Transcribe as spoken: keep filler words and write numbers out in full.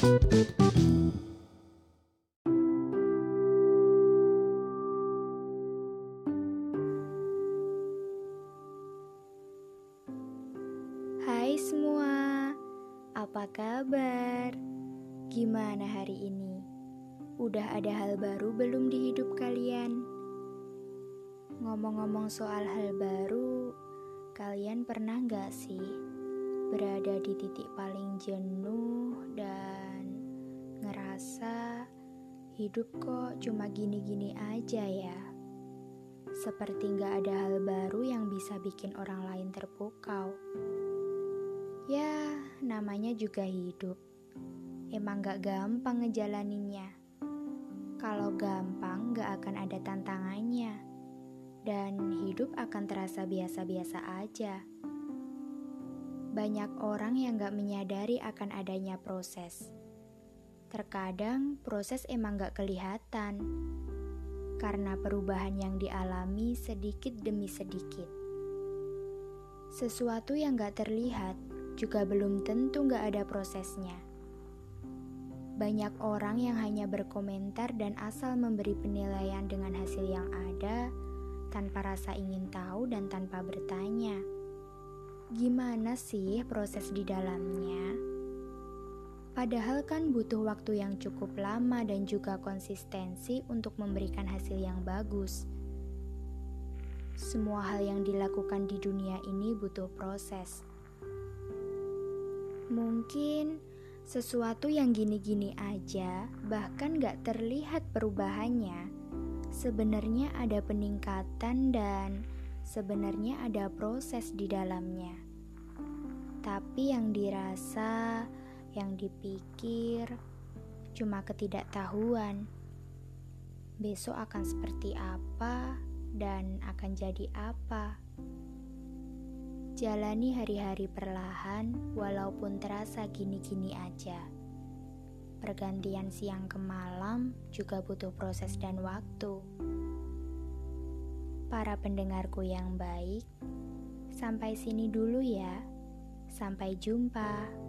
Hai semua, apa kabar? Gimana hari ini? Udah ada hal baru belum di hidup kalian? Ngomong-ngomong soal hal baru, kalian pernah gak sih berada di titik paling jenuh dan ngerasa hidup kok cuma gini-gini aja ya? Seperti gak ada hal baru yang bisa bikin orang lain terpukau. Ya, namanya juga hidup. Emang gak gampang ngejalaninnya. Kalau gampang gak akan ada tantangannya. Dan hidup akan terasa biasa-biasa aja. Banyak orang yang gak menyadari akan adanya proses. Terkadang proses emang gak kelihatan. Karena perubahan yang dialami sedikit demi sedikit. Sesuatu yang gak terlihat juga belum tentu gak ada prosesnya. Banyak orang yang hanya berkomentar dan asal memberi penilaian dengan hasil yang ada, tanpa rasa ingin tahu dan tanpa bertanya, gimana sih proses di dalamnya? Padahal kan butuh waktu yang cukup lama dan juga konsistensi untuk memberikan hasil yang bagus. Semua hal yang dilakukan di dunia ini butuh proses. Mungkin sesuatu yang gini-gini aja, bahkan gak terlihat perubahannya, sebenarnya ada peningkatan dan sebenarnya ada proses di dalamnya. Tapi yang dirasa, yang dipikir, cuma ketidaktahuan. Besok akan seperti apa dan akan jadi apa. Jalani hari-hari perlahan, walaupun terasa gini-gini aja. Pergantian siang ke malam juga butuh proses dan waktu. Para pendengarku yang baik, sampai sini dulu ya. Sampai jumpa.